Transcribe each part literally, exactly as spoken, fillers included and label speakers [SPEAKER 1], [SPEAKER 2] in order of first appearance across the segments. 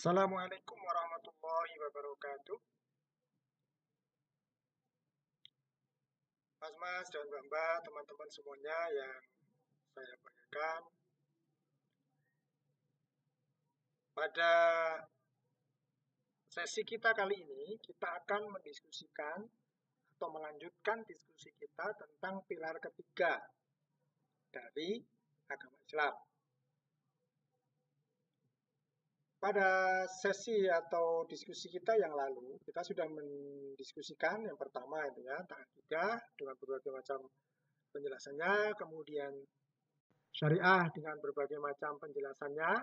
[SPEAKER 1] Assalamualaikum warahmatullahi wabarakatuh. Mas-mas dan mbak-mbak, teman-teman semuanya yang saya banggakan. Pada sesi kita kali ini, kita akan mendiskusikan atau melanjutkan diskusi kita tentang pilar ketiga dari agama Islam. Pada sesi atau diskusi kita yang lalu, kita sudah mendiskusikan yang pertama itu ya, tentang akidah dengan berbagai macam penjelasannya, kemudian syariah dengan berbagai macam penjelasannya.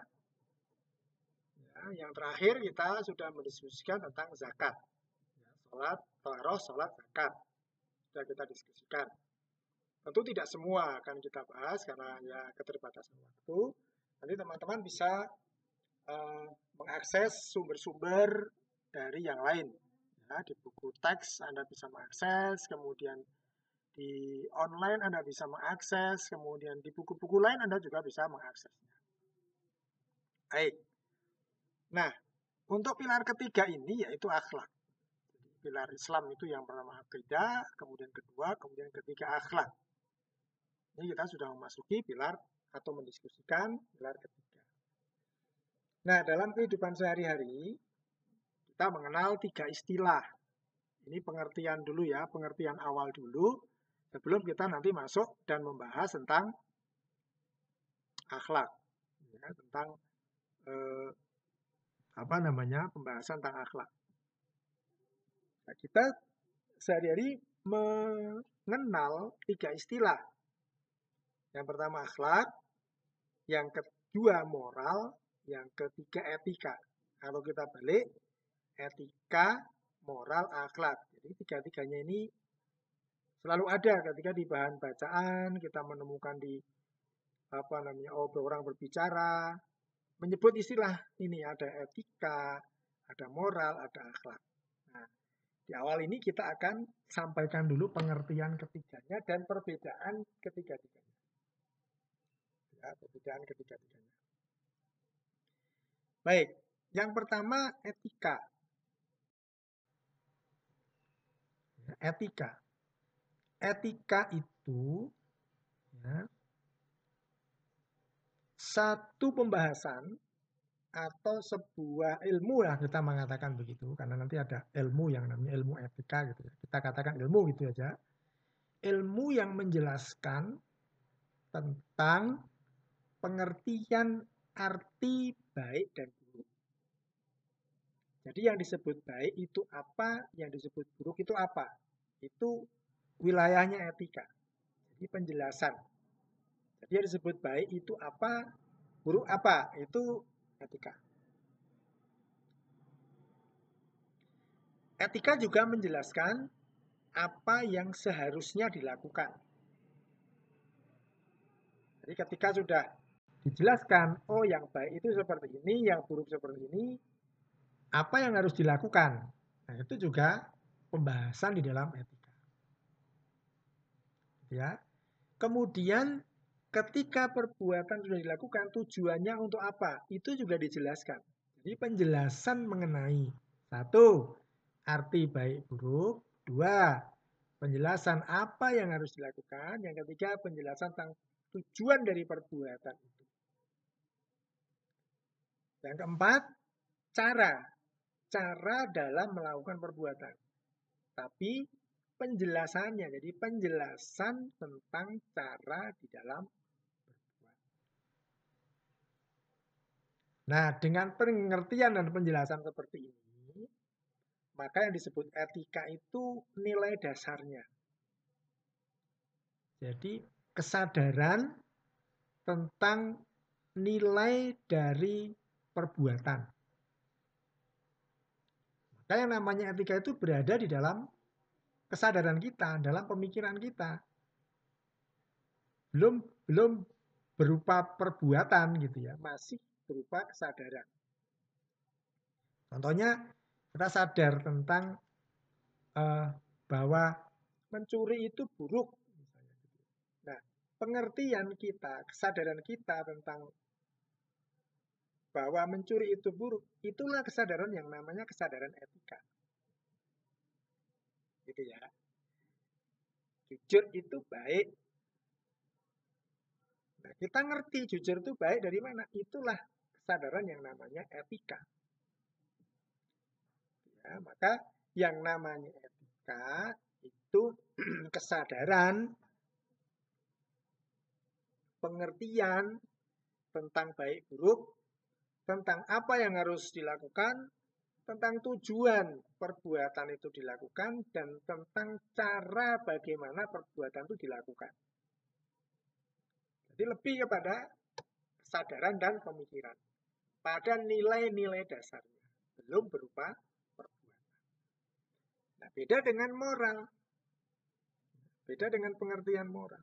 [SPEAKER 1] Ya, yang terakhir kita sudah mendiskusikan tentang zakat. Ya, sholat, taharah, sholat, zakat. Sudah kita diskusikan. Tentu tidak semua akan kita bahas karena ya keterbatasan waktu. Nanti teman-teman bisa uh, mengakses sumber-sumber dari yang lain. Ya, di buku teks Anda bisa mengakses, kemudian di online Anda bisa mengakses, kemudian di buku-buku lain Anda juga bisa mengaksesnya. Baik. Nah, untuk pilar ketiga ini yaitu akhlak. Pilar Islam itu yang pertama akidah, kemudian kedua, kemudian ketiga akhlak. Ini kita sudah memasuki pilar atau mendiskusikan pilar ketiga. Nah, dalam kehidupan sehari-hari kita mengenal tiga istilah. Ini pengertian dulu ya, pengertian awal dulu sebelum kita nanti masuk dan membahas tentang akhlak, ya, tentang eh, apa namanya pembahasan tentang akhlak. Nah, kita sehari-hari mengenal tiga istilah. Yang pertama akhlak, yang kedua moral, yang ketiga etika. Kalau kita balik, etika, moral, akhlak. Jadi tiga-tiganya ini selalu ada ketika di bahan bacaan kita menemukan di apa namanya oh orang berbicara menyebut istilah ini ada etika, ada moral, ada akhlak. Nah, di awal ini kita akan sampaikan dulu pengertian ketiganya dan perbedaan ketiga-tiganya. Ya, perbedaan ketiga-tiganya. Baik, yang pertama etika. Etika. Etika itu ya, satu pembahasan atau sebuah ilmu lah kita mengatakan begitu karena nanti ada ilmu yang namanya ilmu etika gitu ya. Kita katakan ilmu gitu aja. Ilmu yang menjelaskan tentang pengertian arti baik dan buruk. Jadi yang disebut baik itu apa, yang disebut buruk itu apa? Itu wilayahnya etika. Jadi penjelasan. Jadi yang disebut baik itu apa, buruk apa? Itu etika. Etika juga menjelaskan apa yang seharusnya dilakukan. Jadi ketika sudah dijelaskan, oh yang baik itu seperti ini, yang buruk seperti ini, apa yang harus dilakukan? Nah, itu juga pembahasan di dalam etika. Ya. Kemudian ketika perbuatan sudah dilakukan, tujuannya untuk apa? Itu juga dijelaskan. Jadi penjelasan mengenai satu, arti baik buruk, dua, penjelasan apa yang harus dilakukan, yang ketiga penjelasan tentang tujuan dari perbuatan itu. Yang keempat, cara. Cara dalam melakukan perbuatan. Tapi penjelasannya, jadi penjelasan tentang cara di dalam berbuat. Nah, dengan pengertian dan penjelasan seperti ini, maka yang disebut etika itu nilai dasarnya. Jadi kesadaran tentang nilai dari perbuatan. Maka yang namanya etika itu berada di dalam kesadaran kita, dalam pemikiran kita. Belum belum berupa perbuatan gitu ya, masih berupa kesadaran. Contohnya kita sadar tentang uh, bahwa mencuri itu buruk. Nah, pengertian kita, kesadaran kita tentang bahwa mencuri itu buruk, itulah kesadaran yang namanya kesadaran etika. Gitu ya. Jujur itu baik. Nah, kita ngerti jujur itu baik dari mana? Itulah kesadaran yang namanya etika. Ya, maka yang namanya etika itu kesadaran, pengertian tentang baik buruk, tentang apa yang harus dilakukan, tentang tujuan perbuatan itu dilakukan, dan tentang cara bagaimana perbuatan itu dilakukan. Jadi lebih kepada kesadaran dan pemikiran pada nilai-nilai dasarnya, belum berupa perbuatan. Nah, beda dengan moral. Beda dengan pengertian moral.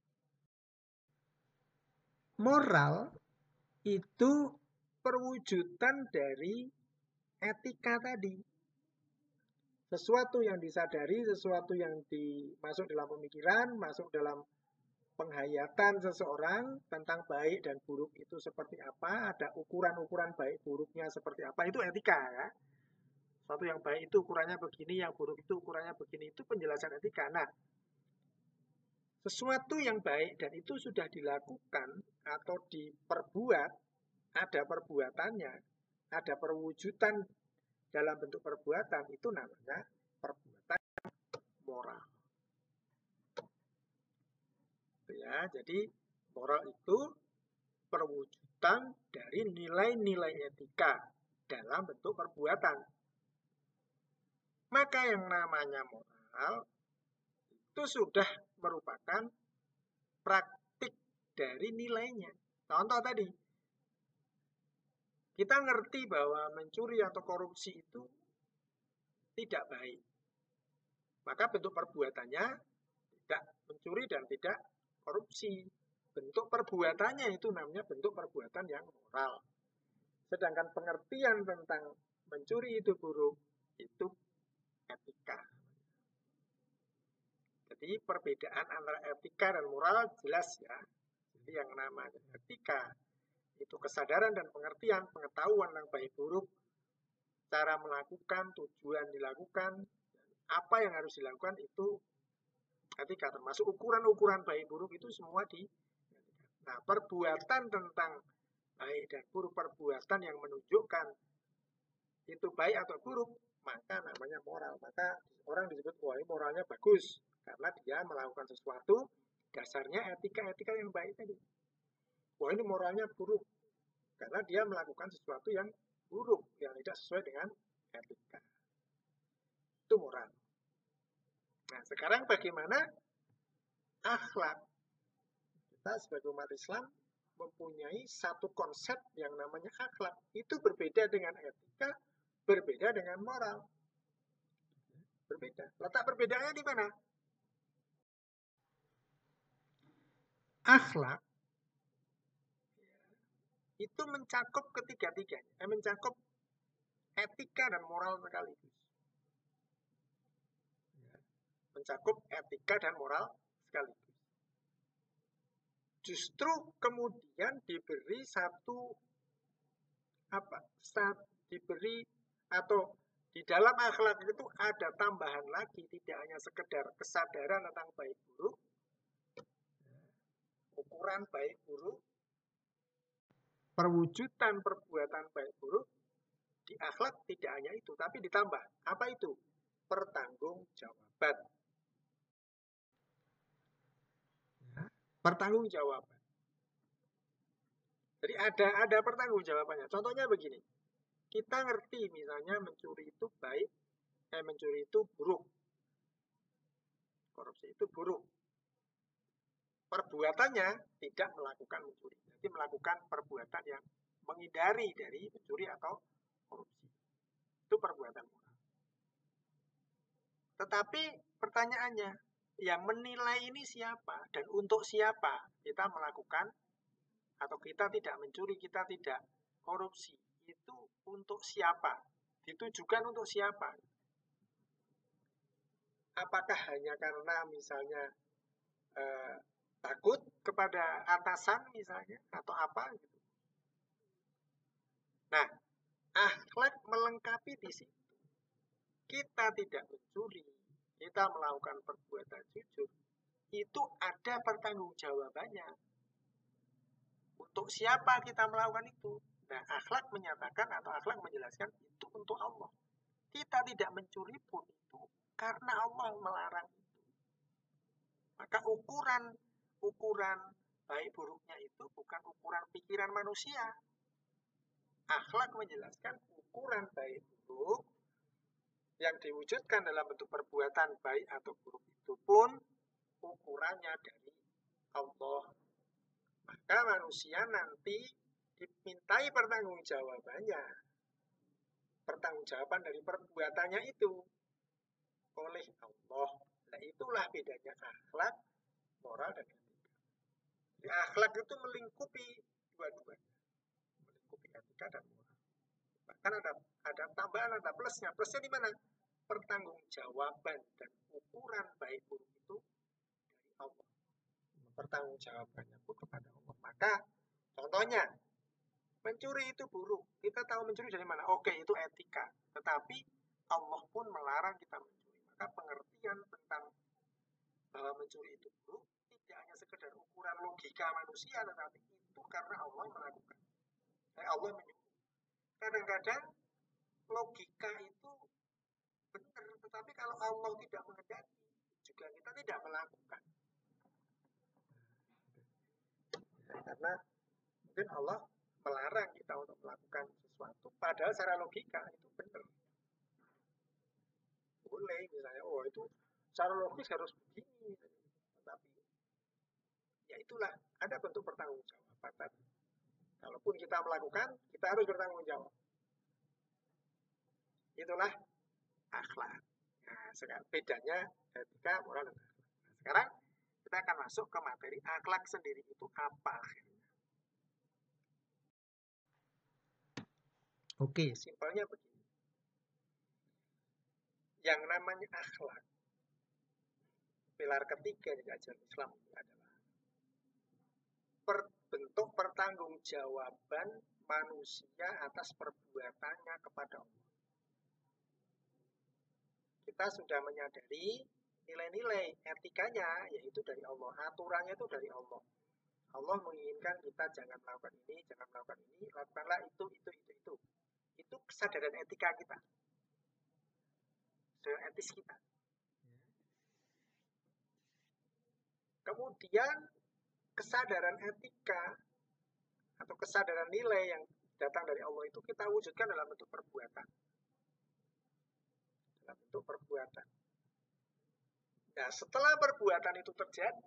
[SPEAKER 1] Moral itu perwujudan dari etika tadi. Sesuatu yang disadari, sesuatu yang dimasuk dalam pemikiran, masuk dalam penghayatan seseorang tentang baik dan buruk itu seperti apa, ada ukuran-ukuran baik buruknya seperti apa, itu etika ya. Sesuatu yang baik itu ukurannya begini, yang buruk itu ukurannya begini, itu penjelasan etika. Nah, sesuatu yang baik dan itu sudah dilakukan atau diperbuat, ada perbuatannya, ada perwujudan dalam bentuk perbuatan, itu namanya perbuatan moral. Ya, jadi moral itu perwujudan dari nilai-nilai etika dalam bentuk perbuatan. Maka yang namanya moral itu sudah merupakan praktik dari nilainya. Contoh tadi, kita ngerti bahwa mencuri atau korupsi itu tidak baik. Maka bentuk perbuatannya tidak mencuri dan tidak korupsi. Bentuk perbuatannya itu namanya bentuk perbuatan yang moral. Sedangkan pengertian tentang mencuri itu buruk, itu etika. Jadi perbedaan antara etika dan moral jelas ya. Jadi yang namanya etika itu kesadaran dan pengertian, pengetahuan tentang baik buruk, cara melakukan, tujuan dilakukan, apa yang harus dilakukan itu etika, termasuk ukuran-ukuran baik buruk itu semua di. Nah, perbuatan tentang baik dan buruk, perbuatan yang menunjukkan itu baik atau buruk, maka namanya moral. Maka orang disebut, wah ini moralnya bagus, karena dia melakukan sesuatu, dasarnya etika-etika yang baik tadi. Wah ini moralnya buruk, karena dia melakukan sesuatu yang buruk, yang tidak sesuai dengan etika. Itu moral. Nah, sekarang bagaimana akhlak? Kita sebagai umat Islam mempunyai satu konsep yang namanya akhlak. Itu berbeda dengan etika, berbeda dengan moral. Berbeda. Letak perbedaannya di mana? Akhlak itu mencakup ketiga-tiganya. Eh, mencakup etika dan moral sekaligus. Mencakup etika dan moral sekaligus. Justru kemudian diberi satu apa? Satu, diberi atau di dalam akhlak itu ada tambahan lagi, tidak hanya sekedar kesadaran tentang baik buruk, ukuran baik buruk, perwujudan perbuatan baik buruk, di akhlak tidak hanya itu, tapi ditambah. Apa itu? Pertanggungjawaban. Ya, pertanggungjawaban. Jadi ada ada pertanggungjawabannya. Contohnya begini. Kita ngerti misalnya mencuri itu baik, eh mencuri itu buruk. Korupsi itu buruk. Perbuatannya tidak melakukan mencuri. Jadi melakukan perbuatan yang menghindari dari mencuri atau korupsi. Itu perbuatan moral. Tetapi pertanyaannya, yang menilai ini siapa dan untuk siapa kita melakukan atau kita tidak mencuri, kita tidak korupsi. Itu untuk siapa? Ditujukan untuk siapa? Apakah hanya karena misalnya eh, takut kepada atasan misalnya atau apa gitu? Nah, akhlak melengkapi di situ. Kita tidak mencuri, kita melakukan perbuatan jujur, itu ada pertanggungjawabannya. Untuk siapa kita melakukan itu? Nah, akhlak menyatakan atau akhlak menjelaskan itu untuk Allah. Kita tidak mencuri pun itu karena Allah melarang itu. Maka ukuran ukuran baik buruknya itu bukan ukuran pikiran manusia. Akhlak menjelaskan ukuran baik buruk yang diwujudkan dalam bentuk perbuatan baik atau buruk itu pun ukurannya dari Allah. Maka manusia nanti dimintai pertanggungjawabannya, pertanggungjawaban dari perbuatannya itu oleh Allah. Nah, itulah bedanya akhlak, moral, dan etika. Jadi, akhlak itu melingkupi dua-duanya, melingkupi etika dan moral. Bahkan ada ada tambahan, ada plusnya. Plusnya di mana? Pertanggungjawaban dan ukuran baik buruk itu dari Allah. Pertanggungjawabannya pun kepada Allah. Maka contohnya, mencuri itu buruk. Kita tahu mencuri dari mana? Oke, itu etika. Tetapi Allah pun melarang kita mencuri. Maka pengertian tentang bahwa mencuri itu buruk tidak hanya sekedar ukuran logika manusia, tetapi itu karena Allah melakukan. Eh, Allah menyuruh. Kadang-kadang logika itu benar, tetapi kalau Allah tidak menghendaki, juga kita tidak melakukan. Karena mungkin Allah melarang kita untuk melakukan sesuatu, padahal secara logika itu benar. Boleh misalnya, oh itu secara logis harus begini, tetapi ya itulah ada bentuk pertanggungjawaban. Kalaupun kita melakukan, kita harus bertanggung jawab. Itulah akhlak. Nah, sekarang bedanya etika, moral, dan akhlak. Nah, sekarang kita akan masuk ke materi akhlak sendiri itu apa akhirnya. Oke, simpelnya begini. Yang namanya akhlak, pilar ketiga di ajaran Islam adalah per, bentuk pertanggungjawaban manusia atas perbuatannya kepada Allah. Kita sudah menyadari nilai-nilai etikanya yaitu dari Allah, aturannya itu dari Allah. Allah menginginkan kita jangan melakukan ini, jangan melakukan ini, lakukanlah itu, itu, itu, itu. Itu kesadaran etika kita, kesadaran etis kita. Kemudian kesadaran etika atau kesadaran nilai yang datang dari Allah itu kita wujudkan dalam bentuk perbuatan. Dalam bentuk perbuatan. Nah, setelah perbuatan itu terjadi,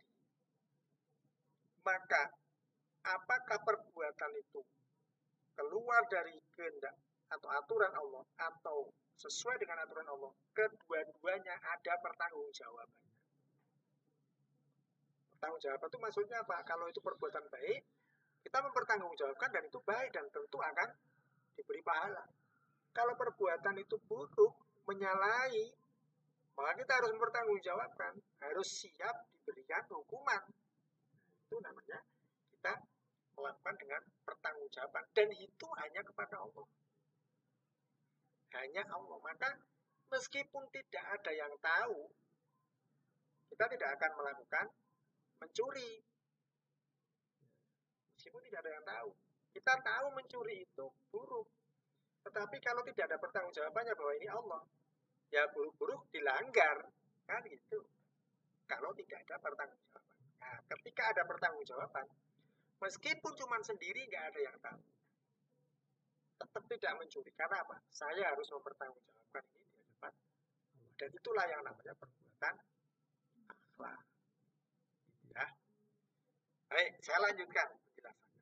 [SPEAKER 1] maka apakah perbuatan itu keluar dari kehendak atau aturan Allah atau sesuai dengan aturan Allah, kedua-duanya ada pertanggungjawabannya. Pertanggungjawaban itu maksudnya apa? Kalau itu perbuatan baik, kita mempertanggungjawabkan dan itu baik dan tentu akan diberi pahala. Kalau perbuatan itu buruk, menyalahi, maka kita harus mempertanggungjawabkan, harus siap diberikan hukuman. Itu namanya kita melakukan dengan pertanggungjawaban, dan itu hanya kepada Allah. Hanya Allah. Maka meskipun tidak ada yang tahu, kita tidak akan melakukan mencuri. Meskipun tidak ada yang tahu. Kita tahu mencuri itu buruk. Tetapi kalau tidak ada pertanggungjawabannya bahwa ini Allah, ya buruk-buruk dilanggar. Kan gitu. Kalau tidak ada pertanggungjawaban. Nah, ketika ada pertanggungjawaban, meskipun cuma sendiri nggak ada yang tahu, tetap tidak mencuri. Karena apa? Saya harus mempertanggungjawabkan ini di hadapan Allah. Dan itulah yang namanya perbuatan akhlak. Ya. Baik, saya lanjutkan penjelasannya.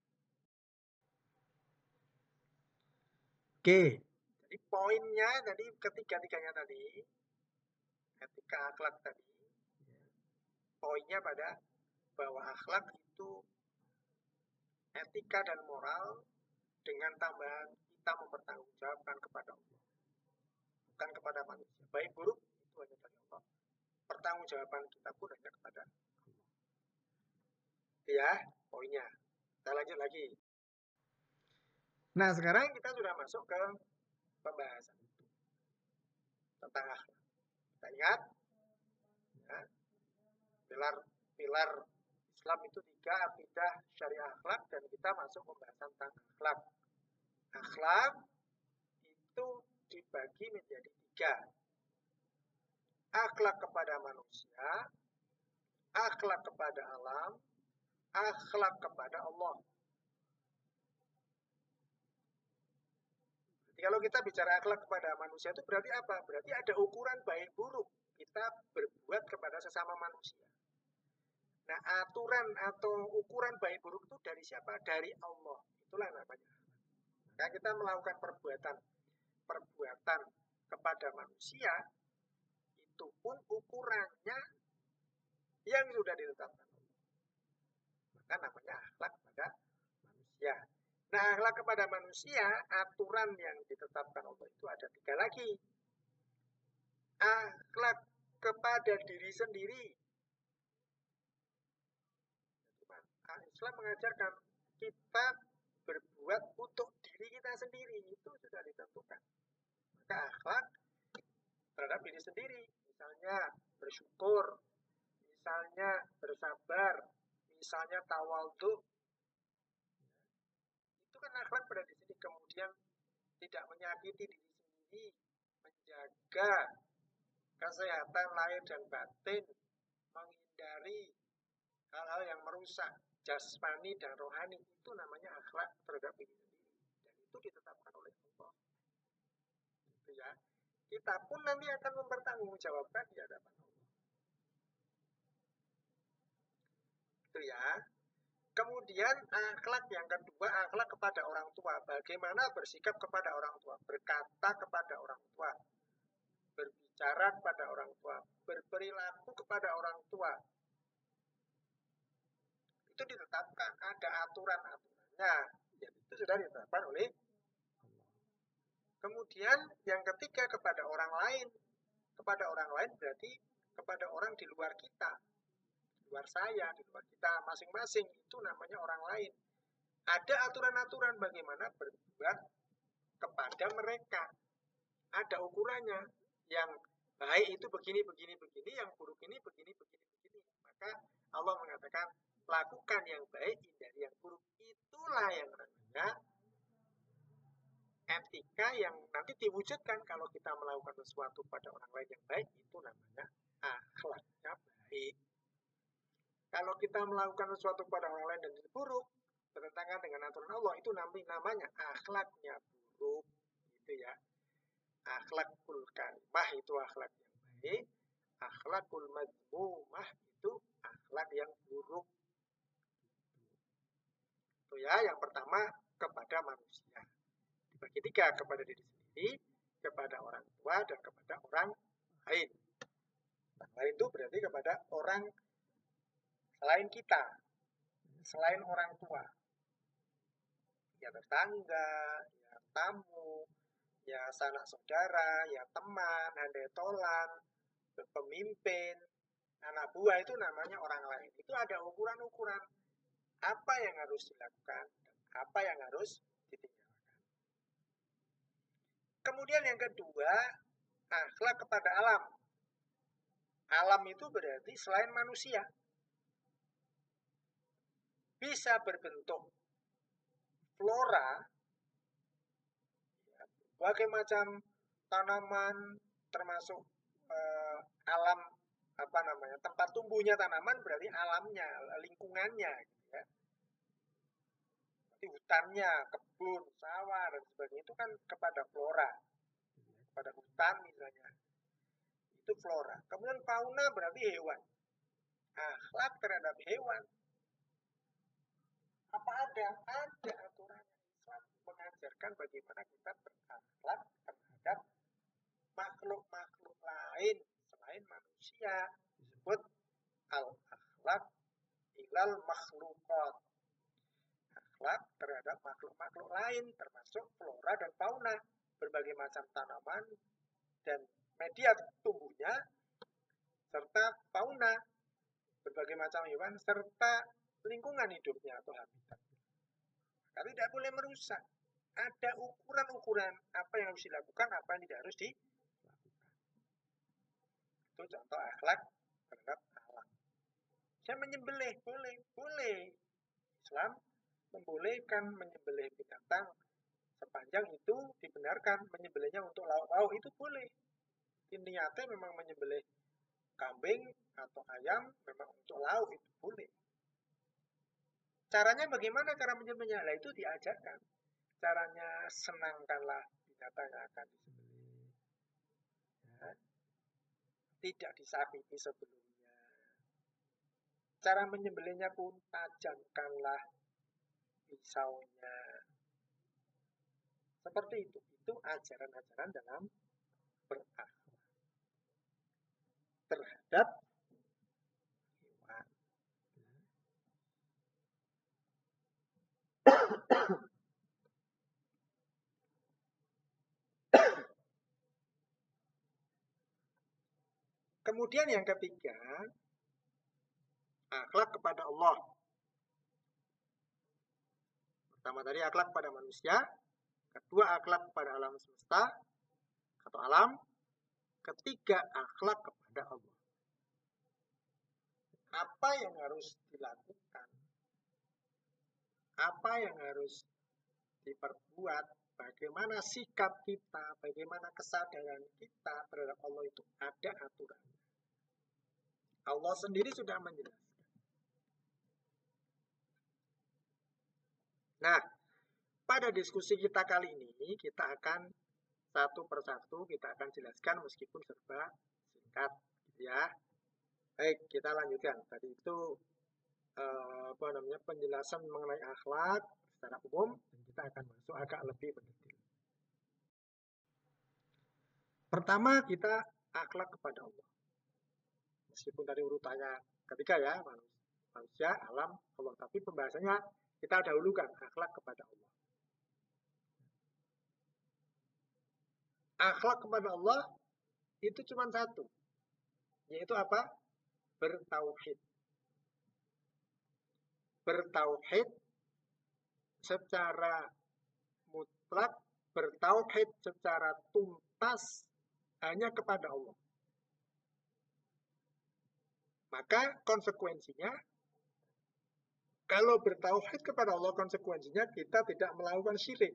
[SPEAKER 1] Oke, jadi poinnya tadi ketiga-tiganya tadi, etika akhlak tadi, poinnya pada bahwa akhlak itu etika dan moral dengan tambahan kita mempertanggungjawabkan kepada Allah, bukan kepada manusia. Baik buruk itu hanya dari Allah. Pertanggungjawaban kita pun hanya kepada Allah. Ya, poinnya. Kita lanjut lagi. Nah, sekarang kita sudah masuk ke pembahasan itu tentang akhlak. Kita ingat, ya, pilar-pilar Islam itu tiga, akidah, syariah, akhlak, dan kita masuk pembahasan tentang akhlak. Akhlak itu dibagi menjadi tiga. Akhlak kepada manusia, akhlak kepada alam, akhlak kepada Allah. Jadi kalau kita bicara akhlak kepada manusia itu berarti apa? Berarti ada ukuran baik buruk kita berbuat kepada sesama manusia. Nah, aturan atau ukuran baik buruk itu dari siapa? Dari Allah. Itulah namanya. Maka kita melakukan perbuatan perbuatan kepada manusia, itu pun ukurannya yang sudah ditetapkan Allah. Maka namanya akhlak kepada manusia. Nah, akhlak kepada manusia, aturan yang ditetapkan Allah itu ada tiga lagi. Akhlak kepada diri sendiri. Islam mengajarkan kita berbuat untuk diri kita sendiri, itu sudah ditentukan. Maka akhlak terhadap diri sendiri, misalnya bersyukur, misalnya bersabar, misalnya tawadhu, itu kan akhlak pada diri sendiri. Kemudian tidak menyakiti diri sendiri, menjaga kesehatan lahir dan batin, menghindari hal-hal yang merusak jasmani dan rohani, itu namanya akhlak terhadap diri sendiri, dan itu ditetapkan oleh Allah. Gitu ya. Kita pun nanti akan mempertanggungjawabkan di hadapan Allah. Itu ya. Kemudian akhlak yang kedua, akhlak kepada orang tua. Bagaimana bersikap kepada orang tua, berkata kepada orang tua, berbicara kepada orang tua, berperilaku kepada orang tua. Itu ditetapkan, ada aturan-aturannya. Ya, itu sudah ditetapkan oleh Allah. Kemudian yang ketiga, kepada orang lain. Kepada orang lain berarti kepada orang di luar kita, di luar saya, di luar kita masing-masing, itu namanya orang lain. Ada aturan-aturan bagaimana berbuat kepada mereka. Ada ukurannya. Yang baik itu begini, begini, begini, yang buruk ini begini, begini, begini. Maka Allah mengatakan, lakukan yang baik, hindari yang buruk. Itulah yang namanya etika yang nanti diwujudkan kalau kita melakukan sesuatu pada orang lain yang baik, itu namanya akhlaknya baik. Kalau kita melakukan sesuatu pada orang lain dan buruk, bertentangan dengan aturan Allah, itu namanya akhlaknya buruk, gitu ya. Akhlakul karimah itu akhlak yang baik, akhlakul madmumah itu akhlak yang buruk. Itu ya, yang pertama kepada manusia. Dibagi tiga, kepada diri sendiri, kepada orang tua, dan kepada orang lain. Orang lain itu berarti kepada orang selain kita, selain orang tua. Ya tetangga, ya tamu, ya sanak saudara, ya teman, handai tolan, pemimpin, anak buah, itu namanya orang lain. Itu ada ukuran-ukuran apa yang harus dilakukan dan apa yang harus ditinggalkan. Kemudian yang kedua, akhlak kepada alam. Alam itu berarti selain manusia. Bisa berbentuk flora, ya, berbagai macam tanaman, termasuk eh, alam apa namanya tempat tumbuhnya tanaman, berarti alamnya, lingkungannya, gitu ya. Berarti hutannya, kebun, sawah dan sebagainya, itu kan kepada flora, kepada hutan misalnya, itu flora. Kemudian fauna berarti hewan, akhlak terhadap hewan. Apa ada? Ada aturan. Islam mengajarkan bagaimana kita berakhlak terhadap makhluk-makhluk lain selain manusia. Disebut al-akhlak ilal makhlukat. Akhlak terhadap makhluk-makhluk lain, termasuk flora dan fauna, berbagai macam tanaman dan media tumbuhnya, serta fauna, berbagai macam hewan, serta lingkungan hidupnya atau habitat. Tapi tidak boleh merusak. ada ukuran-ukuran apa yang harus dilakukan, apa yang tidak harus dilakukan. Itu contoh akhlak terhadap alam. Saya menyembelih, boleh, boleh. Islam membolehkan menyembelih binatang sepanjang itu dibenarkan. Menyembelihnya untuk lauk-lauk itu boleh. Niatnya memang menyembelih kambing atau ayam memang untuk lauk itu boleh. Caranya bagaimana cara menyembelihnya? Nah, itu diajarkan. Caranya senangkanlah binatang yang akan disembelih. Ya. Tidak disakiti sebelumnya. Cara menyembelihnya pun tajamkanlah pisaunya. Seperti itu. Itu ajaran-ajaran dalam berakhlak terhadap hewan. Kemudian yang ketiga, akhlak kepada Allah. Pertama tadi akhlak kepada manusia, kedua akhlak kepada alam semesta atau alam, ketiga akhlak kepada Allah. Apa yang harus dilakukan? Apa yang harus diperbuat? Bagaimana sikap kita, bagaimana kesadaran kita terhadap Allah itu ada aturannya. Allah sendiri sudah menjelaskan. Nah, pada diskusi kita kali ini, kita akan satu persatu kita akan jelaskan meskipun serba singkat, gitu ya. Baik, kita lanjutkan. Tadi itu eh, apa namanya penjelasan mengenai akhlak secara umum, dan kita akan masuk agak lebih mendetail. Pertama, kita akhlak kepada Allah. Meskipun tadi urutannya ketiga ya, manusia, alam, Allah. Tapi pembahasannya kita dahulukan akhlak kepada Allah. Akhlak kepada Allah itu cuma satu, yaitu apa? Bertauhid. Bertauhid secara mutlak, bertauhid secara tuntas hanya kepada Allah. Maka konsekuensinya, kalau bertauhid kepada Allah, konsekuensinya kita tidak melakukan syirik.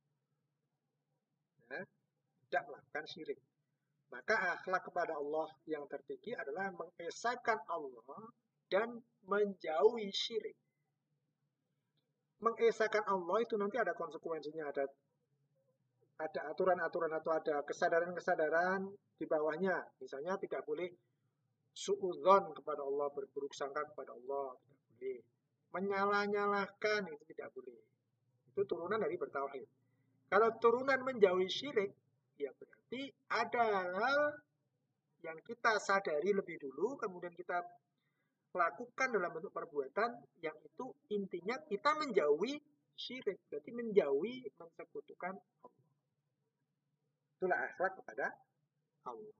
[SPEAKER 1] Ya, tidak melakukan syirik. Maka akhlak kepada Allah yang tertinggi adalah mengesahkan Allah dan menjauhi syirik. Mengesahkan Allah itu nanti ada konsekuensinya, ada ada aturan-aturan atau ada kesadaran-kesadaran di bawahnya. Misalnya tidak boleh suudzon kepada Allah, berburuk sangka kepada Allah, tidak boleh. Menyalah-nyalahkan itu tidak boleh. Itu turunan dari bertauhid. Kalau turunan menjauhi syirik, ya berarti ada hal yang kita sadari lebih dulu, kemudian kita lakukan dalam bentuk perbuatan, yang itu intinya kita menjauhi syirik, berarti menjauhi mensekutukan Allah. Itulah akhlak kepada Allah.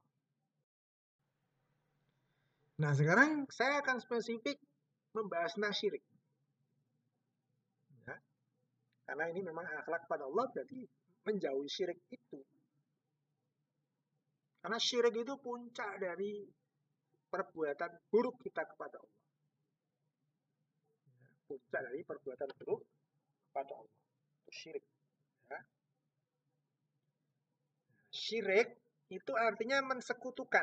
[SPEAKER 1] Nah, sekarang saya akan spesifik membahas tentang syirik. Ya, karena ini memang akhlak kepada Allah, berarti menjauhi syirik itu. Karena syirik itu puncak dari perbuatan buruk kita kepada Allah. Ya, puncak dari perbuatan buruk kepada Allah. Itu syirik. Ya. Syirik itu artinya mensekutukan.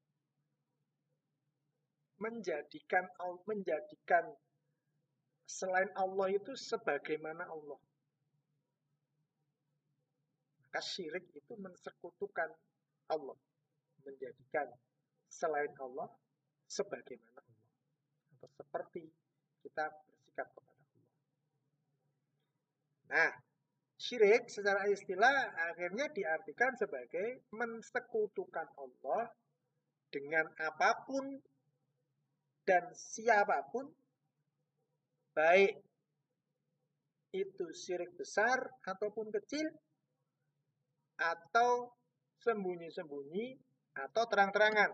[SPEAKER 1] Menjadikan menjadikan selain Allah itu sebagaimana Allah. Maka syirik itu mensekutukan Allah, menjadikan selain Allah sebagaimana Allah, atau seperti kita bersikap kepada Allah. Nah, syirik secara istilah akhirnya diartikan sebagai mensekutukan Allah dengan apapun dan siapapun, baik itu syirik besar ataupun kecil, atau sembunyi-sembunyi atau terang-terangan.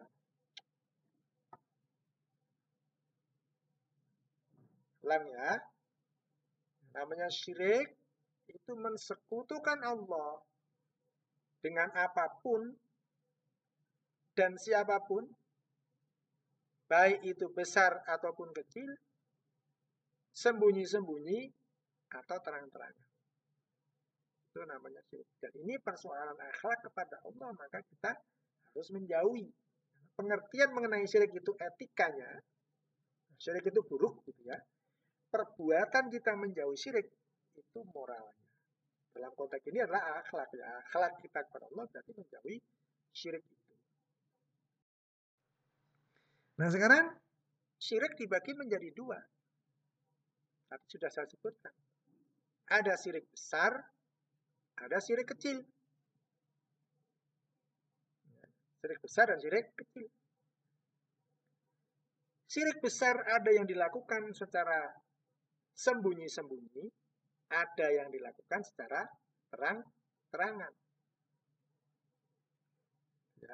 [SPEAKER 1] Ulang ya. Namanya syirik itu mensekutukan Allah dengan apapun dan siapapun, baik itu besar ataupun kecil, sembunyi-sembunyi atau terang-terangan. Itu namanya syirik. Dan ini persoalan akhlak kepada Allah, maka kita harus menjauhi. Pengertian mengenai syirik itu etikanya, syirik itu buruk gitu ya. Perbuatan kita menjauhi syirik itu moralnya. Dalam konteks ini adalah akhlak ya. Akhlak kita kepada Allah berarti menjauhi syirik itu. Nah sekarang syirik dibagi menjadi dua. Tadi sudah saya sebutkan. Ada syirik besar, ada syirik kecil. Syirik besar dan syirik kecil. Syirik besar ada yang dilakukan secara sembunyi-sembunyi, ada yang dilakukan secara terang-terangan. Ya.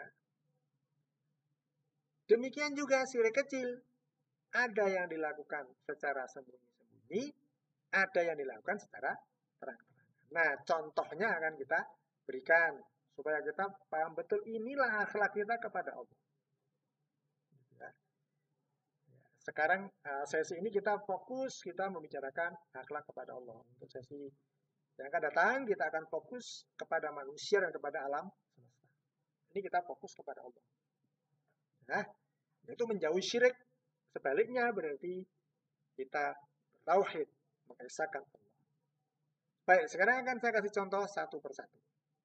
[SPEAKER 1] Demikian juga syirik kecil, ada yang dilakukan secara sembunyi-sembunyi, ada yang dilakukan secara terang-terangan. Nah, contohnya akan kita berikan supaya kita paham betul inilah akhlak kita kepada Allah. Ya. Sekarang sesi ini kita fokus, kita membicarakan akhlak kepada Allah. Untuk sesi yang akan datang, kita akan fokus kepada manusia dan kepada alam semesta. Ini kita fokus kepada Allah. Nah, itu menjauhi syirik. Sebaliknya berarti kita tauhid, mengesahkan Allah. Baik, sekarang akan saya kasih contoh satu persatu.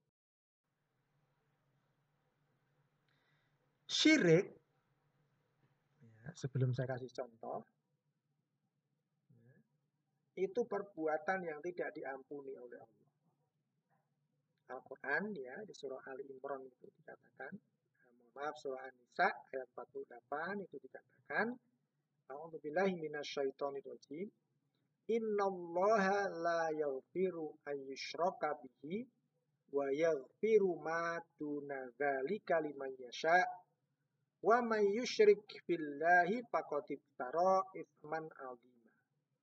[SPEAKER 1] Syirik, ya, sebelum saya kasih contoh, ya, itu perbuatan yang tidak diampuni oleh Allah. Al-Quran ya di surah Ali Imran itu dikatakan, maaf surah An-Nisa ayat empat puluh delapan itu dikatakan, a'udzubillahi minasyaitonirrajim, innallaha la yaghfiru ayyushraka bihi wa yaghfiru ma duna dzalika liman yasha wa may yusyrik billahi faqad iftara itsman 'azima.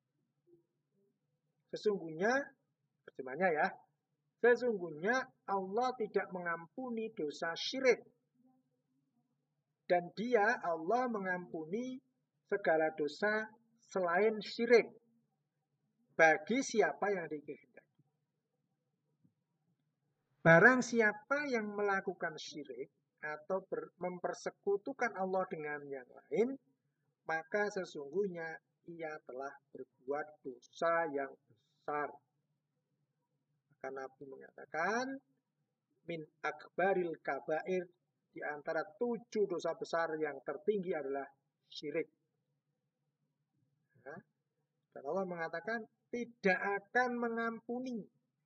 [SPEAKER 1] Sesungguhnya terjemahnya ya, sesungguhnya Allah tidak mengampuni dosa syirik. Dan dia, Allah mengampuni segala dosa selain syirik bagi siapa yang dikehendaki. Barang siapa yang melakukan syirik atau ber, mempersekutukan Allah dengan yang lain, maka sesungguhnya ia telah berbuat dosa yang besar. Maka Nabi mengatakan, min akbaril kabair, di antara tujuh dosa besar yang tertinggi adalah syirik. Nah, dan Allah mengatakan tidak akan mengampuni.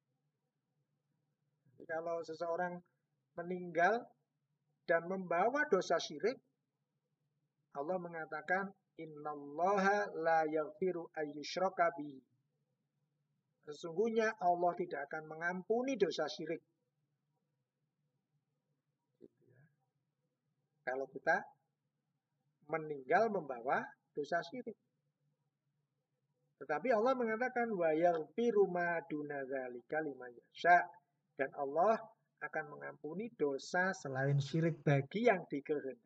[SPEAKER 1] Jadi kalau seseorang meninggal dan membawa dosa syirik, Allah mengatakan innallaha la yaghfiru ayyushraka bihi. Sesungguhnya Allah tidak akan mengampuni dosa syirik. Kalau kita meninggal membawa dosa syirik. Tetapi Allah mengatakan wa yaghfiru ma duna dzalika liman yasha, dan Allah akan mengampuni dosa selain syirik bagi yang dikehendaki.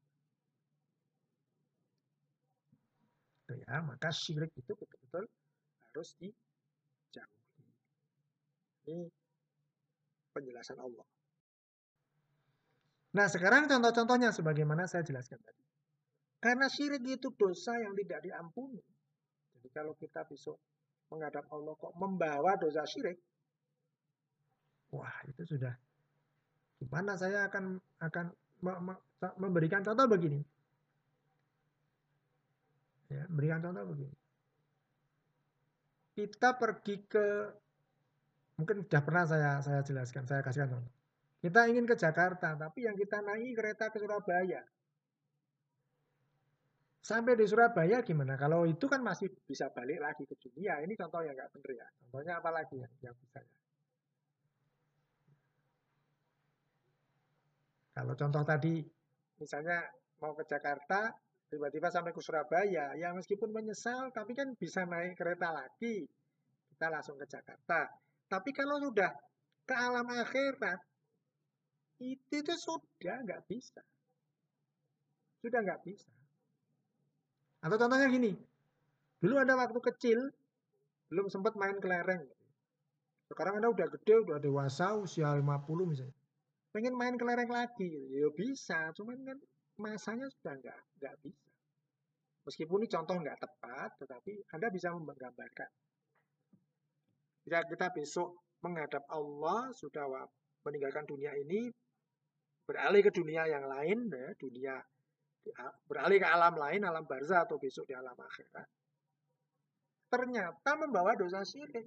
[SPEAKER 1] Ya, maka syirik itu betul-betul harus dijauhi. Ini penjelasan Allah. Nah, sekarang contoh-contohnya sebagaimana saya jelaskan tadi. Karena syirik itu dosa yang tidak diampuni. Jadi kalau kita besok menghadap Allah kok membawa dosa syirik, wah itu sudah gimana saya akan akan memberikan contoh begini. Ya, memberikan contoh begini. Kita pergi ke, mungkin sudah pernah saya saya jelaskan, saya kasihkan contoh. Kita ingin ke Jakarta, tapi yang kita naik kereta ke Surabaya. Sampai di Surabaya gimana? Kalau itu kan masih bisa balik lagi ke dunia. Ini contoh yang nggak benar ya. Contohnya apa lagi yang, yang bisa ya? Kalau contoh tadi, misalnya mau ke Jakarta, tiba-tiba sampai ke Surabaya, ya meskipun menyesal, tapi kan bisa naik kereta lagi. Kita langsung ke Jakarta. Tapi kalau sudah ke alam akhirat, itu, itu sudah nggak bisa. Sudah nggak bisa. Atau contohnya gini, dulu ada waktu kecil, belum sempat main kelereng. Sekarang Anda udah gede, udah dewasa, usia lima puluh misalnya. Pengen main kelereng lagi, ya bisa, cuman kan masanya sudah nggak nggak bisa. Meskipun ini contoh nggak tepat, tetapi Anda bisa menggambarkan. Jika kita besok menghadap Allah, sudah meninggalkan dunia ini, beralih ke dunia yang lain, ya, dunia beralih ke alam lain, alam barzah atau besok di alam akhirat. Ternyata membawa dosa syirik.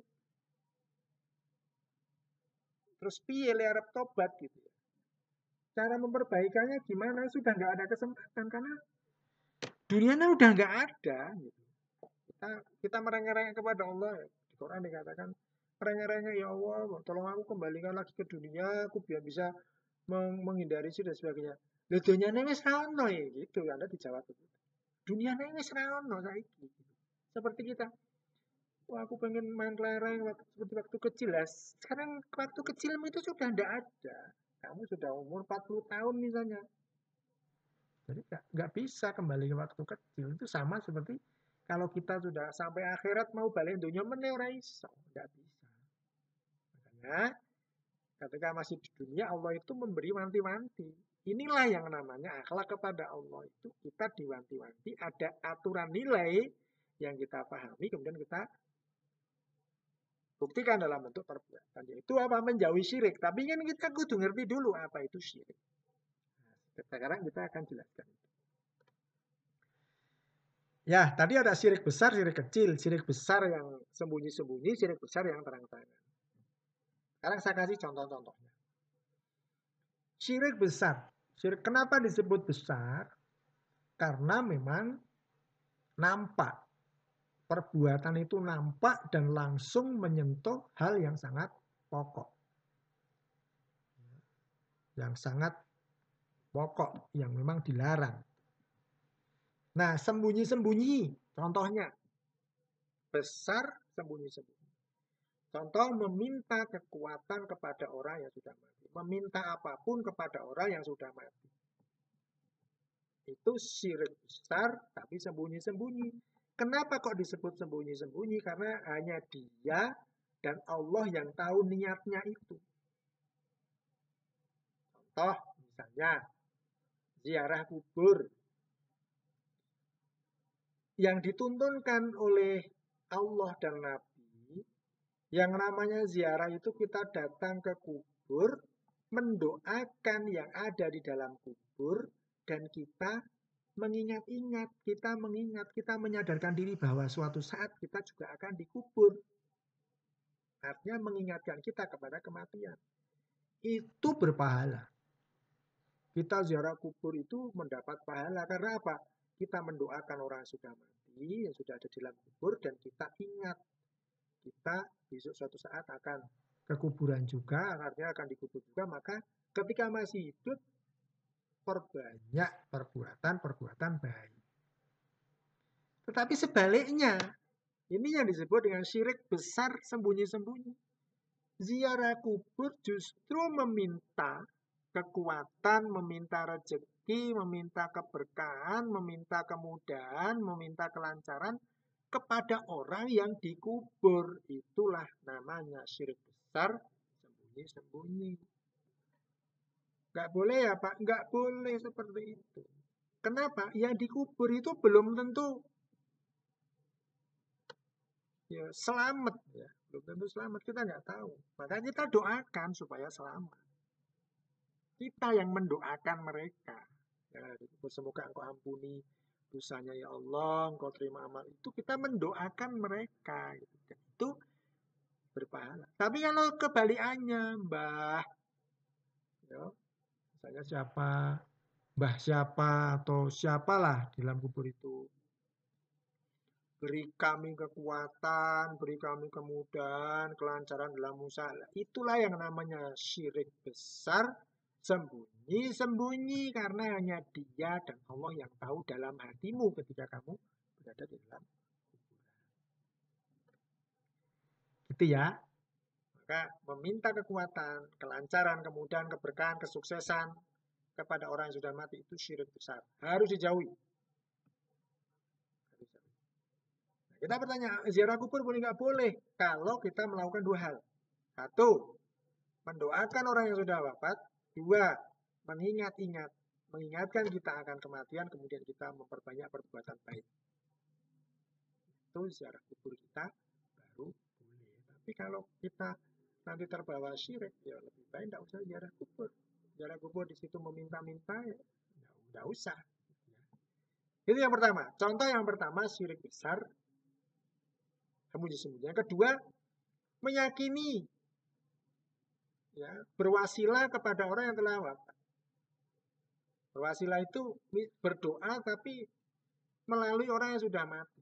[SPEAKER 1] Terus piye arep tobat gitu ya. Cara memperbaikannya gimana? Sudah nggak ada kesempatan karena dunianya udah nggak ada gitu. Kita kita merengek-rengek kepada Allah. Di Quran dikatakan merengek-rengek, ya Allah, tolong aku kembalikan lagi ke dunia, aku biar bisa menghindari sih dan sebagainya. Lha donyane wis ra ono ya gitu, Anda dijawab begitu. Duniane wis ra ono saiki. Seperti kita. Wah, aku pengen main kelereng waktu, seperti waktu kecil ya. Sekarang waktu kecilmu itu sudah tidak ada. Kamu sudah umur empat puluh tahun misalnya. Jadi nggak bisa kembali ke waktu kecil. Itu sama seperti kalau kita sudah sampai akhirat mau balik dunia meneh ora iso, nggak bisa. Makanya ketika masih di dunia Allah itu memberi wanti-wanti. Inilah yang namanya akhlak kepada Allah itu kita diwanti-wanti, ada aturan nilai yang kita pahami, kemudian kita buktikan dalam bentuk perbuatan. Yaitu apa? Menjauhi syirik. Tapi kan kita kudu ngerti dulu apa itu syirik. Nah, sekarang kita akan jelaskan. Ya, tadi ada syirik besar, syirik kecil. Syirik besar yang sembunyi-sembunyi, syirik besar yang terang-terangan. Sekarang saya kasih contoh-contohnya. Syirik besar. Syirik kenapa disebut besar? Karena memang nampak. Perbuatan itu nampak dan langsung menyentuh hal yang sangat pokok. Yang sangat pokok, yang memang dilarang. Nah, sembunyi-sembunyi, contohnya. Besar, sembunyi-sembunyi. Contoh, meminta kekuatan kepada orang yang sudah mati. Meminta apapun kepada orang yang sudah mati. Itu syirik besar, tapi sembunyi-sembunyi. Kenapa kok disebut sembunyi-sembunyi? Karena hanya dia dan Allah yang tahu niatnya itu. Contoh, misalnya, ziarah kubur. Yang dituntunkan oleh Allah dan Nabi, yang namanya ziarah itu kita datang ke kubur, mendoakan yang ada di dalam kubur, dan kita mengingat-ingat, kita mengingat, kita menyadarkan diri bahwa suatu saat kita juga akan dikubur. Artinya mengingatkan kita kepada kematian. Itu berpahala. Kita ziarah kubur itu mendapat pahala. Karena apa? Kita mendoakan orang yang sudah mati, yang sudah ada di dalam kubur, dan kita ingat. Kita besok suatu saat akan ke kuburan juga, artinya akan dikubur juga, maka ketika masih hidup, perbanyak perbuatan-perbuatan baik. Tetapi sebaliknya, ini yang disebut dengan syirik besar sembunyi-sembunyi. Ziarah kubur justru meminta kekuatan, meminta rezeki, meminta keberkahan, meminta kemudahan, meminta kelancaran kepada orang yang dikubur. Itulah namanya syirik besar sembunyi-sembunyi. Nggak boleh ya Pak? Nggak boleh seperti itu. Kenapa? Yang dikubur itu belum tentu ya selamat ya. Belum tentu selamat, kita nggak tahu. Maka kita doakan supaya selamat. Kita yang mendoakan mereka. Ya, semoga engkau ampuni dosanya ya Allah, engkau terima amal. Itu kita mendoakan mereka. Gitu. Itu berpahala. Tapi kalau kebalikannya, Mbah, ya, misalnya siapa, Mbah siapa, atau siapalah di dalam kubur itu, beri kami kekuatan, beri kami kemudahan, kelancaran dalam usaha. Itulah yang namanya syirik besar, sembunyi-sembunyi, karena hanya dia dan Allah yang tahu dalam hatimu ketika kamu berada di dalam kuburan. Gitu ya. Maka meminta kekuatan, kelancaran, kemudahan, keberkahan, kesuksesan kepada orang yang sudah mati itu syirik besar. Harus dijauhi. Nah, kita bertanya, ziarah kubur boleh nggak boleh? Kalau kita melakukan dua hal. Satu, mendoakan orang yang sudah wafat. Dua, mengingat-ingat, mengingatkan kita akan kematian, kemudian kita memperbanyak perbuatan baik. Itu ziarah kubur kita baru boleh. Tapi kalau kita nanti terbawa syirik, ya lebih baik tidak usah ziarah kubur. Ziarah kubur di situ meminta-minta, ya tidak usah. Itu yang pertama. Contoh yang pertama, syirik besar, sembunyi-sembunyi. Yang kedua, meyakini, ya, berwasilah kepada orang yang telah wafat. Berwasilah itu berdoa tapi melalui orang yang sudah mati.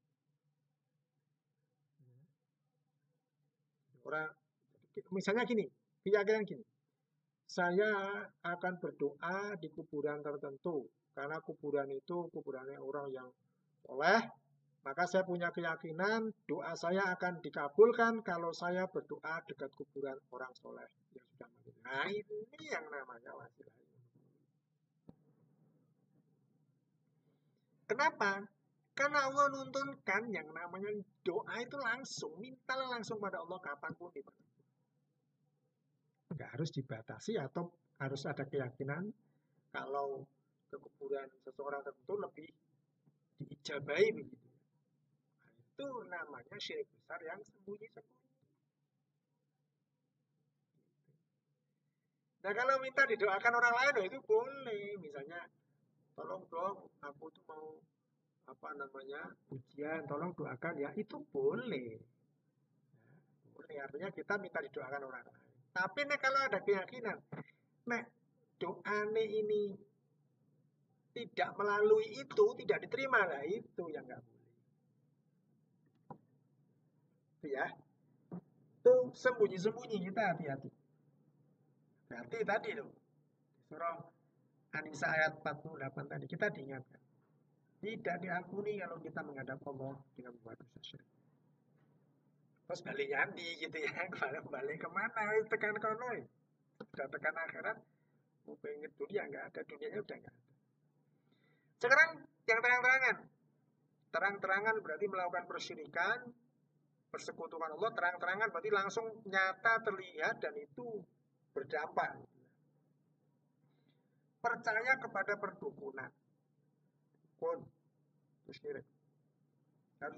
[SPEAKER 1] Orang, misalnya gini, keyakinan gini, saya akan berdoa di kuburan tertentu karena kuburan itu kuburannya orang yang soleh, maka saya punya keyakinan doa saya akan dikabulkan kalau saya berdoa dekat kuburan orang soleh yang sudah mati. Nah, ini yang namanya wasilah. Kenapa? Karena Allah nuntunkan yang namanya doa itu langsung, mintalah langsung pada Allah kapanpun dimanapun. Nggak harus dibatasi atau harus ada keyakinan kalau ke kuburan seseorang tertentu lebih diijabahi begitu. Nah, itu namanya syirik besar yang sembunyi-sembunyi. Nah, kalau minta didoakan orang lain, oh itu boleh. Misalnya, tolong dong, aku tuh mau apa namanya ujian, tolong doakan ya, itu boleh. Nah, boleh, artinya kita minta didoakan orang lain. Tapi nih kalau ada keyakinan, nek doane ini tidak melalui itu, tidak diterima lah, itu yang nggak boleh. Itu ya. Itu sembunyi-sembunyi, kita hati-hati. Berarti tadi loh, surah An-Nisa ayat empat puluh delapan tadi kita diingatkan. Tidak diampuni kalau kita menghadap Allah dengan membuat dosa syirik. Terus balik nyandi gitu ya, balik kemana? Tekan kono, sudah tekan akhirat, mau pengen dunia nggak ada, dunianya udah nggak ada. Sekarang yang terang-terangan, terang-terangan berarti melakukan persyirikan, persekutuan Allah, terang-terangan berarti langsung nyata terlihat dan itu berdampak. Percaya kepada perdukunan, pun itu syirik. Harus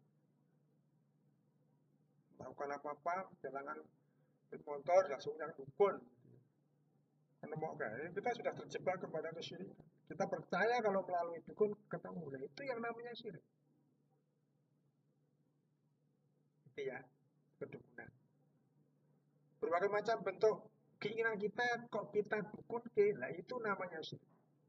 [SPEAKER 1] melakukan apa-apa, jalanan motor langsung yang dukun. Karena mau kayak kita sudah terjebak kepada kesyirikan. Kita percaya kalau melalui dukun ketemu, nah itu yang namanya syirik. Itu ya, kedukunan. Berbagai macam bentuk keinginan kita kok kita dukun ke, lah itu namanya syirik.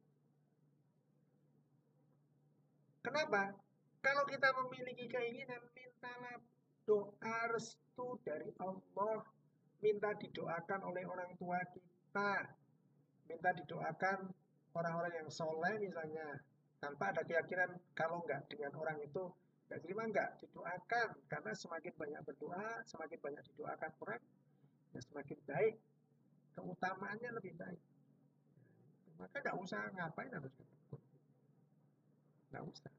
[SPEAKER 1] Kenapa? Kalau kita memiliki keinginan, mintalah doa restu dari Allah, minta didoakan oleh orang tua kita, minta didoakan orang-orang yang soleh misalnya, tanpa ada keyakinan kalau enggak dengan orang itu enggak terima, enggak didoakan, karena semakin banyak berdoa, semakin banyak didoakan orang, ya semakin baik, keutamaannya lebih baik. Maka enggak usah ngapain harus berdoa, enggak usah.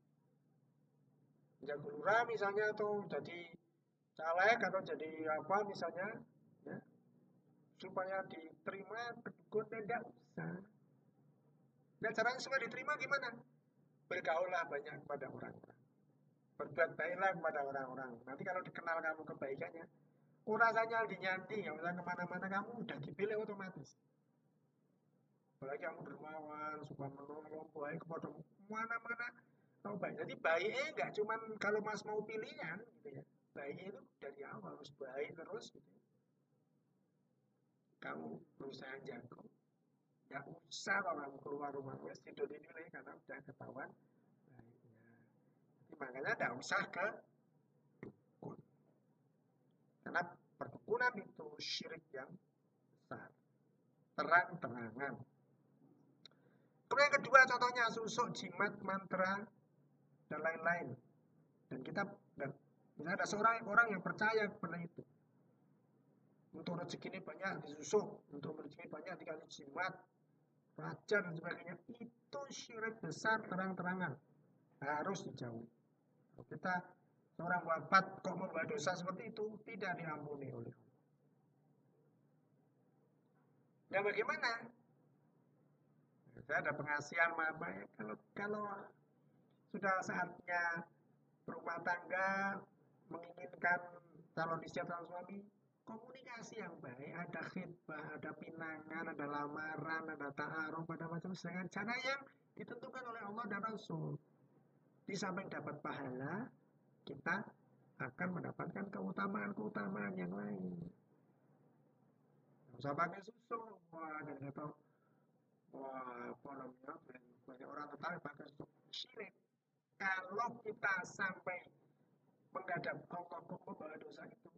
[SPEAKER 1] Jago lurah misalnya atau jadi caleg atau jadi apa misalnya, ya, supaya diterima kedukun, tidak usah. Dan caranya supaya diterima gimana? Bergaullah banyak kepada orang-orang. Berbuat baiklah kepada orang-orang. Nanti kalau dikenal kamu kebaikannya, rasanya dinyanti, nggak usah kemana-mana, kamu udah dipilih otomatis. Apalagi kamu dermawan, suka menolong, baik kepada mana-mana, kamu baik. Jadi baiknya nggak cuma kalau mas mau pilihan, gitu ya. Baiknya itu dari awal harus baik terus, gitu. Kamu berusaha jago, nggak usah kalau kamu keluar rumah wes tidur di nilai karena udah ketahuan baiknya. Jadi makanya nggak usah ke dukun. Karena perdukunan itu syirik yang besar, terang-terangan. Kemudian yang kedua contohnya susuk, jimat, mantra, dan lain-lain. Dan kita, dan ada seorang orang yang percaya kepada itu. untuk rezeki ini banyak disusuk, untuk rezeki banyak dikasih jimat, raja dan sebagainya. Itu syirik besar terang-terangan, harus dijauhi. Kalau kita seorang wafat kok membawa dosa seperti itu, tidak diampuni oleh Allah. Ya bagaimana? Saya ada pengasihan apa ya, kalau kalau sudah saatnya berumah tangga, menginginkan calon istri atau suami, komunikasi yang baik, ada khidbah, ada pinangan, ada lamaran, ada ta'aruf, ada macam dengan cara yang ditentukan oleh Allah dan Rasul. Di samping dapat pahala, kita akan mendapatkan keutamaan-keutamaan yang lain. Nggak usah pakai susu, wah, dan atau wah, apa namanya, banyak orang tertarik pakai susu. Syirik. Kalau kita sampai menghadap Allah kok membawa dosa itu,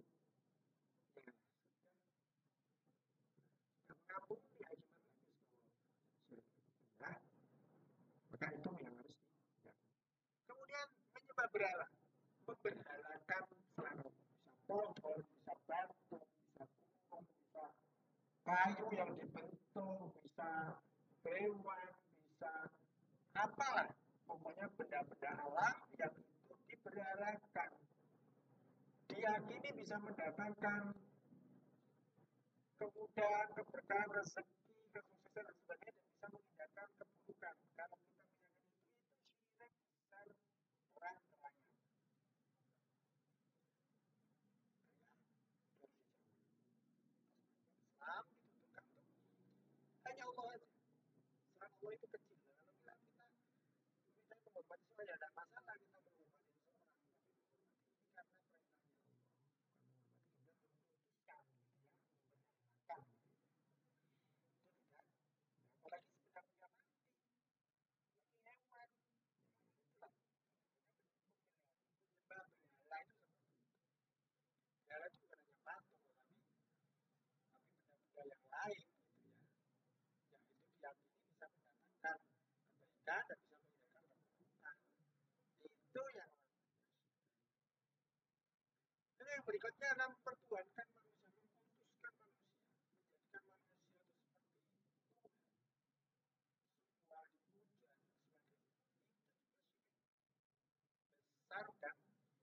[SPEAKER 1] ya mengampuni ya gimana ya, maka itu yang harus ya. Kemudian menyembah berhala, memberhalakan selain bisa pohon, bisa batu, bisa gunung, bisa kayu yang dibentuk, bisa hewan, bisa apalah, pokoknya benda-benda alam yang itu diberhalakan, diyakini bisa mendatangkan kemudahan, keberkahan, rezeki, kesuksesan dan sebagainya, dan bisa menghindarkan keburukan. Kalau kita meyakini itu, itu syirik besar terang-terangan. Islam ditentukan hanya Allah aja. Selain Allah itu kecil. Kalau kita kita kita menghormati semua ya tidak masalah, kita menghormati seorang, tapi karena perintahnya Allah, bukan menghormati kemudian memutuskan gitu ya, apalagi sebenarnya hewan, itulah menyembah berhala itu seperti itu. Berhala itu bukan hanya patung, tapi tapi benda-benda yang lain gitu ya, yang itu diyakini bisa mendatangkan kebaikan dan bisa menghilangkan keburukan. Itu yang dan yang berikutnya adalah mempertuhankan manusia, memutuskan manusia, menjadikan manusia itu seperti Tuhan, dipuja dan sebagainya. Itu besar dan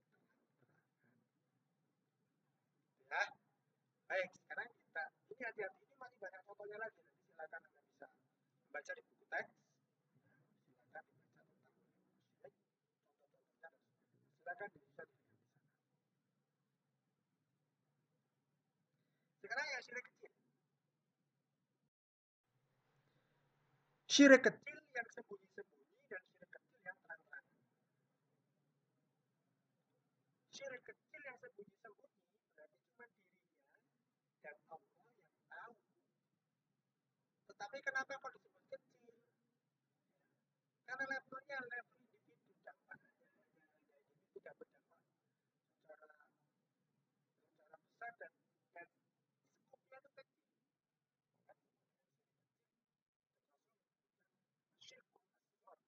[SPEAKER 1] ya. Baik, sekarang kita ini hati-hati, ini masih banyak contohnya lagi. Nanti silakan Anda bisa membaca di buku teks. Silakan dibaca tentang syirik, contoh-contohnya dan sebagainya. Silakan bisa dilihat di sana. Sekarang yang syirik kecil. Syirik kecil yang sembunyi-sembunyi dan syirik kecil yang terang-terangan. Syirik kecil yang sembunyi-sembunyi berarti cuma dirinya dan Allah yang tahu. Tetapi kenapa kok disebut kecil? Karena levelnya level individu, dampaknya individu tidak berdampak secara secara besar dan dan skupnya itu kecil. Syirkun asghar.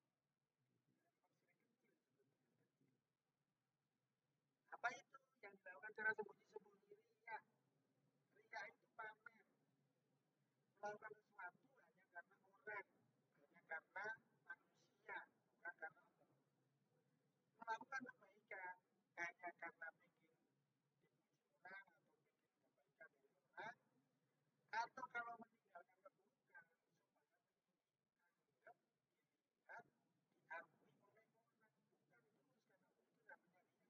[SPEAKER 1] Apa itu yang dilakukan secara sembunyi-sembunyi? Ria. Ria itu pamer. Melakukan sesuatu hanya karena orang, hanya karena manusia, bukan karena Allah. Melakukan kebaikan hanya karena ingin dipuji orang atau ingin kebaikan dari orang, atau kalau meninggalkan keburukan supaya anggap dilihat, diakui oleh orang, bukan tulus karena Allah, itu namanya ria.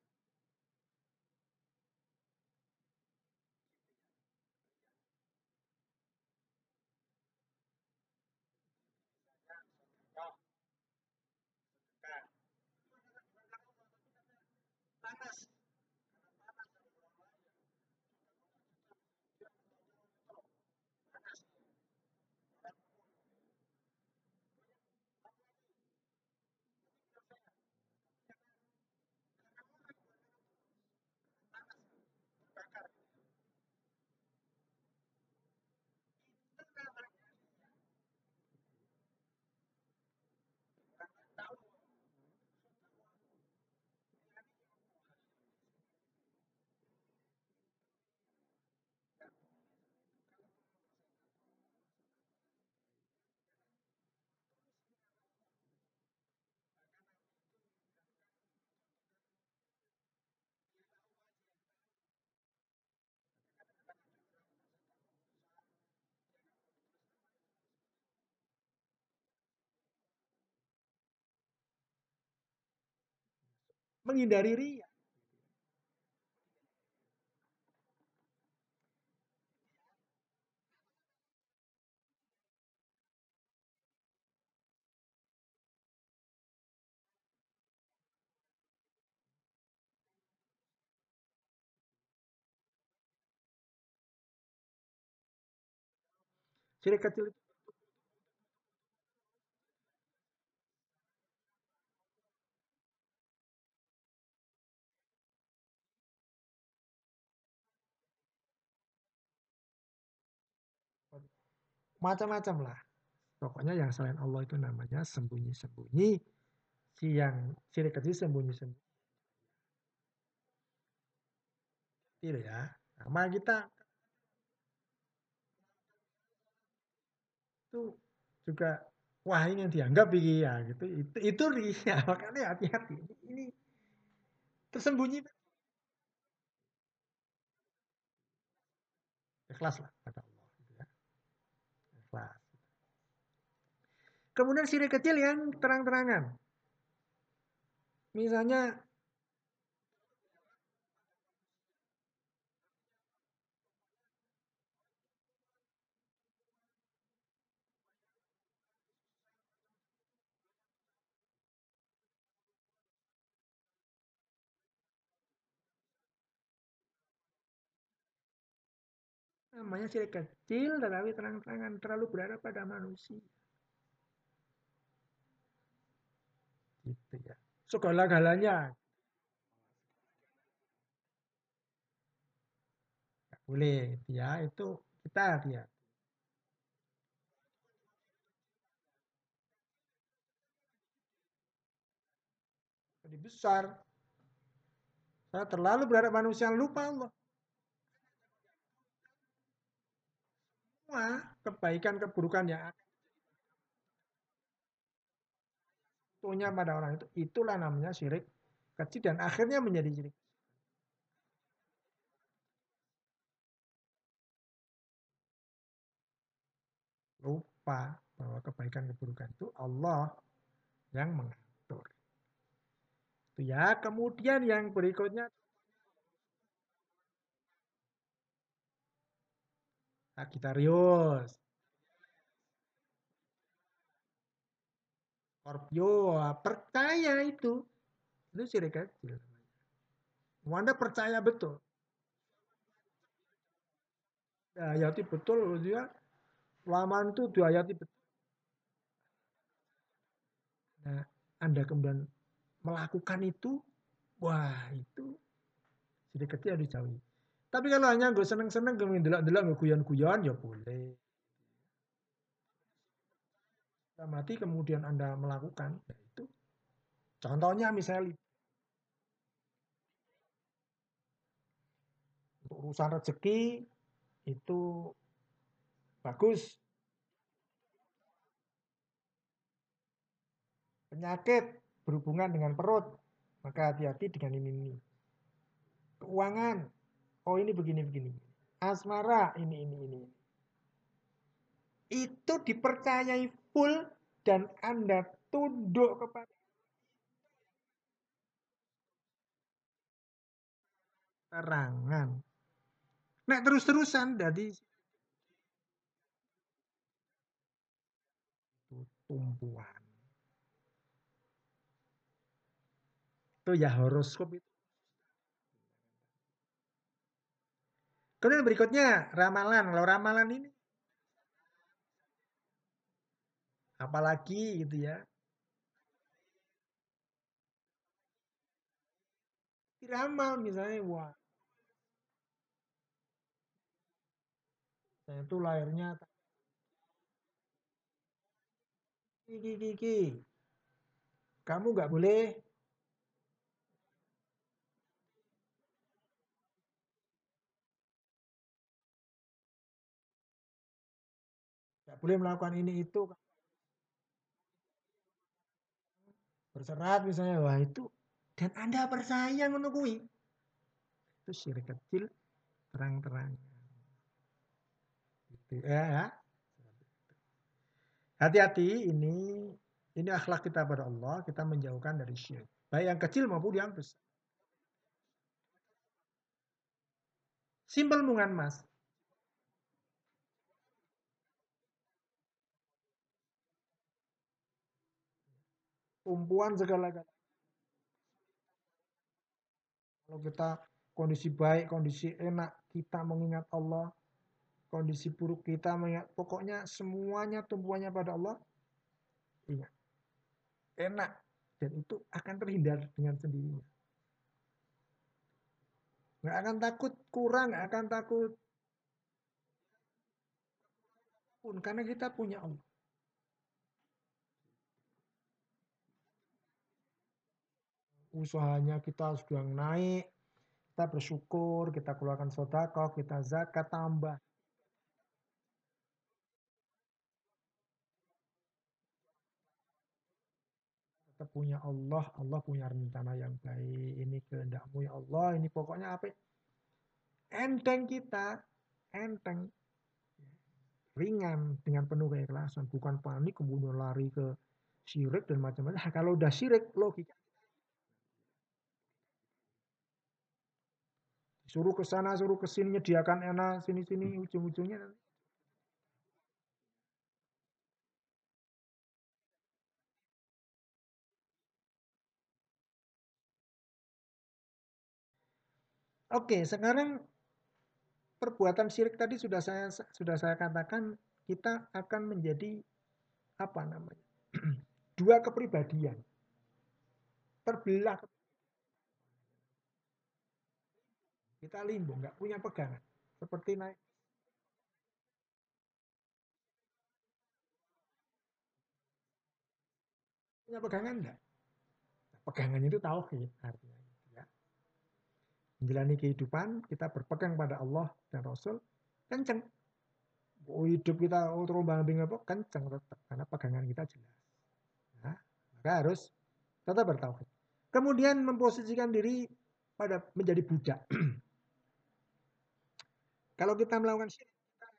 [SPEAKER 1] Gitu ya. Ria. Misalnya sedekah, sedekah. Itu hanya dimakan Allah, tapi karena panas, karena panas dari orang lain. Dia tahu panas, orang umum. Apa lagi? Tidak sehat. Tapi karena karena orang bukan karena tulus, panas, terbakar. Itu namanya ria. Karena tahu sudah Allah. menghindari riya. Syirik kecil itu macam-macam lah. Pokoknya yang selain Allah itu namanya sembunyi-sembunyi. Si yang syirik kecil sembunyi-sembunyi ya. Sama kita itu juga wah ini yang dianggap iki ya gitu. Itu itu riya. Makanya hati-hati. Ini tersembunyi ikhlas lah pada Allah gitu ya. Ikhlas. Kemudian syirik kecil yang terang-terangan. Misalnya namanya syirik kecil tetapi terang-terangan terlalu berharap pada manusia. Gitu ya. Segala-galanya nggak boleh gitu ya. Itu kita dia lebih besar. Saya terlalu berharap manusia lupa Allah. Semua kebaikan keburukan yang punya pada orang itu itulah namanya syirik kecil dan akhirnya menjadi syirik. Lupa bahwa kebaikan keburukan itu Allah yang mengatur. Itu ya. Kemudian yang berikutnya Sagittarius, Scorpio, percaya itu. Itu syirik kecil. Anda percaya betul. Diayati betul dia. Laman itu diayati betul. Nah, Anda kemudian melakukan itu, wah itu syirik kecil harus dijauhi. Tapi kalau hanya gue seneng-seneng, gue delok-delok, gue guyon-guyon, ya boleh. Mati kemudian Anda melakukan, ya itu. Contohnya misalnya untuk urusan rezeki itu bagus. Penyakit berhubungan dengan perut, maka hati-hati dengan ini, ini. Keuangan, oh ini begini-begini. Asmara, ini, ini, ini. Itu dipercayai full dan Anda tunduk kepada terangan. Nek terus-terusan jadi tumpuan. Itu ya horoskop itu. Kemudian berikutnya ramalan. Kalau ramalan ini apalagi gitu ya. Diramal misalnya, wah saya itu lahirnya kiki kiki. Kamu nggak boleh nggak boleh melakukan ini itu berserat misalnya, wah itu dan Anda percaya menunggu itu syirik kecil terang-terang gitu ya, ya. Hati-hati ini Ini akhlak kita pada Allah, kita menjauhkan dari syirik. Baik yang kecil maupun yang besar. Simpel bukan Mas? Tumpuan segala-galanya. Kalau kita kondisi baik, kondisi enak, kita mengingat Allah. Kondisi buruk kita mengingat. Pokoknya semuanya tumpuannya pada Allah. Ingat. Enak. Dan itu akan terhindar dengan sendirinya. Nggak akan takut kurang, nggak akan takut pun. Karena kita punya Allah. Usahanya kita sudah naik, kita bersyukur, kita keluarkan sedekah, kita zakat tambah. Kita punya Allah, Allah punya rencana yang baik. Ini kehendakmu ya Allah, ini pokoknya apa? Enteng kita, enteng, ringan dengan penuh keikhlasan, bukan panik kemudian lari ke syirik dan macam-macam. Nah, kalau udah syirik, logika suruh ke sana, suruh ke sini, nyediakan enak, sini-sini, ujung-ujungnya. Oke, sekarang perbuatan syirik tadi sudah saya sudah saya katakan kita akan menjadi apa namanya? Dua kepribadian. Terbelah, kita limbung, nggak punya pegangan. Seperti naik punya pegangan enggak? Pegangannya itu tauhid artinya gitu ya. Menjalani kehidupan kita berpegang pada Allah dan Rasul kenceng. Oh, hidup kita oh, terombang-ambing apa kenceng tetap karena pegangan kita jelas. Nah, maka harus tetap bertauhid. Kemudian memposisikan diri pada menjadi budak. Kalau kita melakukan syirik,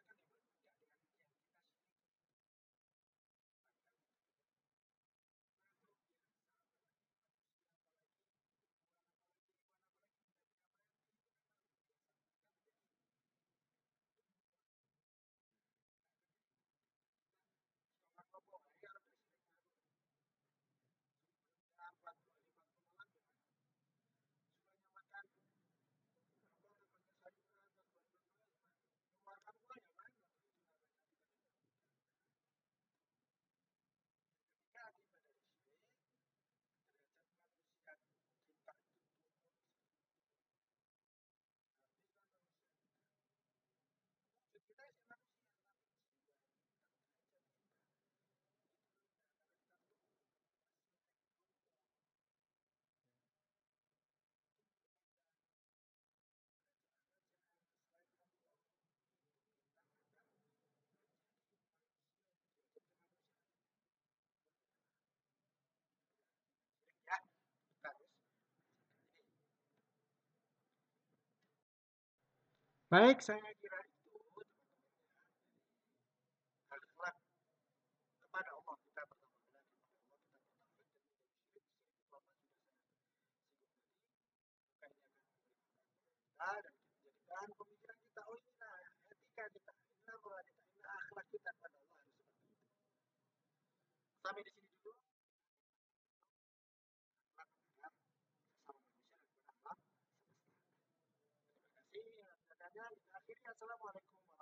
[SPEAKER 1] baik saya kira itu akhlak kepada Allah kita pertama dan menjadikan pemikiran kita oh ini nah, etika kita, ini moral kita, ini akhlak kita kepada Allah harus seperti itu. Sampai di sini dulu. Terima kasih. Assalamualaikum warahmatullahi wabarakatuh.